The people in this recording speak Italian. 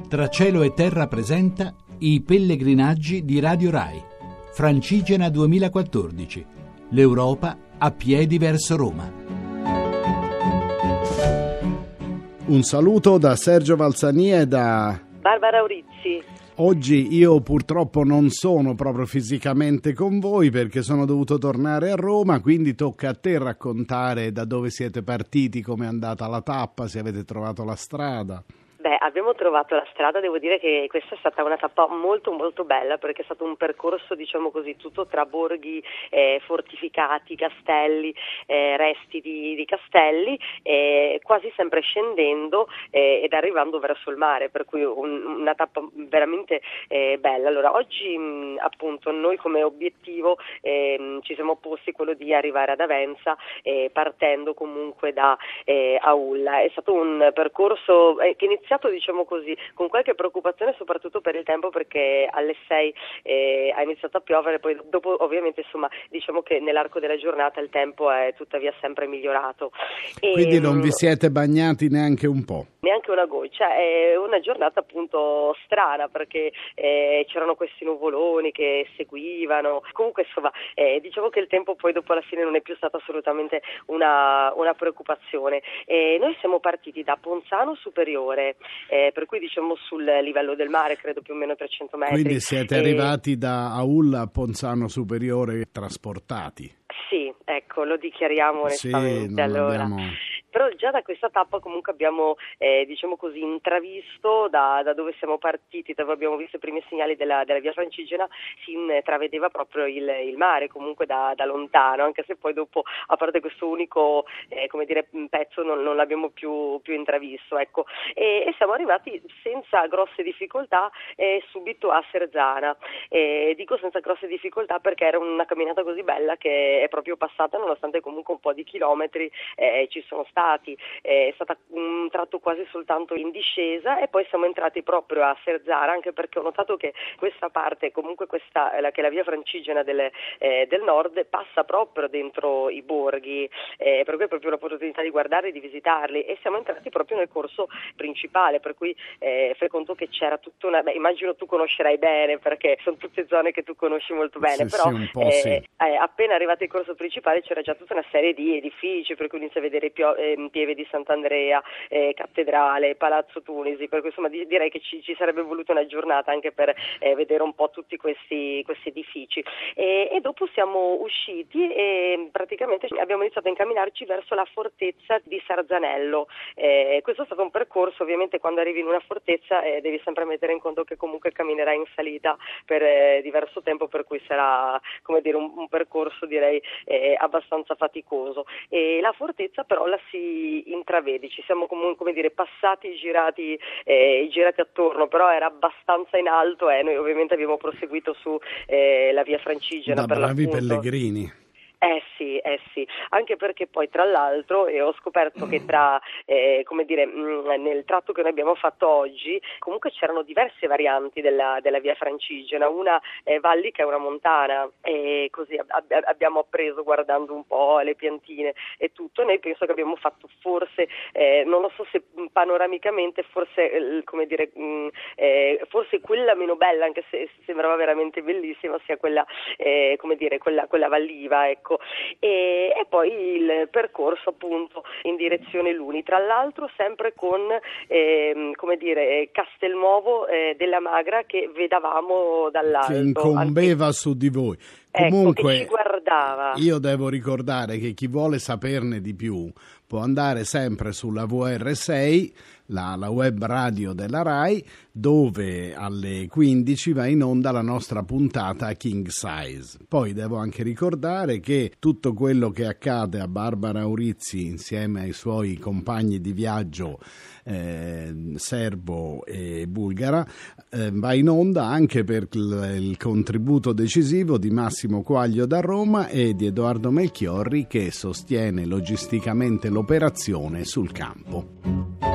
Tra cielo e terra presenta I pellegrinaggi di Radio Rai. Francigena 2014. L'Europa a piedi verso Roma. Un saluto da Sergio Valsani e da Barbara Urizzi. Oggi io purtroppo non sono proprio fisicamente con voi perché sono dovuto tornare a Roma, quindi tocca a te raccontare da dove siete partiti, come è andata la tappa, se avete trovato la strada. Abbiamo trovato la strada, devo dire che questa è stata una tappa molto molto bella perché è stato un percorso, diciamo così, tutto tra borghi fortificati, castelli, resti di castelli, quasi sempre scendendo ed arrivando verso il mare, per cui una tappa veramente bella. Allora, oggi appunto noi come obiettivo ci siamo posti quello di arrivare ad Avenza partendo comunque da Aulla. È stato un percorso che è iniziato, diciamo così, con qualche preoccupazione soprattutto per il tempo, perché alle 6 ha iniziato a piovere, poi dopo ovviamente insomma diciamo che nell'arco della giornata il tempo è tuttavia sempre migliorato. Quindi non vi siete bagnati neanche un po'? Neanche una goccia, è una giornata appunto strana perché c'erano questi nuvoloni che seguivano, comunque insomma diciamo che il tempo poi dopo alla fine non è più stato assolutamente una preoccupazione. Noi siamo partiti da Ponzano Superiore, per cui diciamo sul livello del mare, credo più o meno 300 metri. Quindi siete arrivati da Aulla a Ponzano Superiore trasportati? Sì, ecco, lo dichiariamo onestamente. Sì, allora. Però già da questa tappa comunque abbiamo diciamo così intravisto da dove siamo partiti, dove abbiamo visto i primi segnali della via Francigena, si intravedeva proprio il mare comunque da lontano, anche se poi dopo, a parte questo unico pezzo, non l'abbiamo più intravisto, ecco. E siamo arrivati senza grosse difficoltà subito a Serzana. Dico senza grosse difficoltà perché era una camminata così bella che è proprio passata, nonostante comunque un po' di chilometri ci sono stati. È stato un tratto quasi soltanto in discesa e poi siamo entrati proprio a Serzana, anche perché ho notato che questa parte, comunque questa che è la via Francigena del nord, passa proprio dentro i borghi, per cui è proprio l'opportunità di guardarli, di visitarli, e siamo entrati proprio nel corso principale, per cui fai conto che c'era tutta immagino tu conoscerai bene perché sono tutte zone che tu conosci molto bene, sì, però sì, un po' sì. Appena arrivati al corso principale c'era già tutta una serie di edifici, per cui inizi a vedere Pieve di Sant'Andrea, Cattedrale, Palazzo Tunisi, per cui insomma direi che ci sarebbe voluto una giornata anche per vedere un po' tutti questi edifici, e dopo siamo usciti e praticamente abbiamo iniziato a incamminarci verso la fortezza di Sarzanello. Questo è stato un percorso, ovviamente quando arrivi in una fortezza devi sempre mettere in conto che comunque camminerai in salita per diverso tempo, per cui sarà come dire un percorso direi abbastanza faticoso, e la fortezza però la si intravede, ci siamo comunque passati, girati attorno, però era abbastanza in alto e noi ovviamente abbiamo proseguito su la via Francigena da per bravi l'appunto. Pellegrini. Sì, anche perché poi tra l'altro ho scoperto che nel tratto che noi abbiamo fatto oggi comunque c'erano diverse varianti della via Francigena, una Valli che è una montana, e così abbiamo appreso guardando un po' le piantine e tutto. Noi penso che abbiamo fatto forse, non lo so se panoramicamente, forse forse quella meno bella, anche se sembrava veramente bellissima, sia quella quella valliva, ecco. E poi il percorso appunto in direzione Luni, tra l'altro sempre con Castelnuovo della Magra che vedavamo dall'alto, che incombeva su di voi. Comunque, che ci guardava. Io devo ricordare che chi vuole saperne di più può andare sempre sulla VR6, la web radio della Rai, dove alle 15 va in onda la nostra puntata King Size. Poi devo anche ricordare che tutto quello che accade a Barbara Urizzi insieme ai suoi compagni di viaggio serbo e bulgara va in onda anche per il contributo decisivo di Massimo Quaglio da Roma e di Edoardo Melchiorri, che sostiene logisticamente l'operazione sul campo.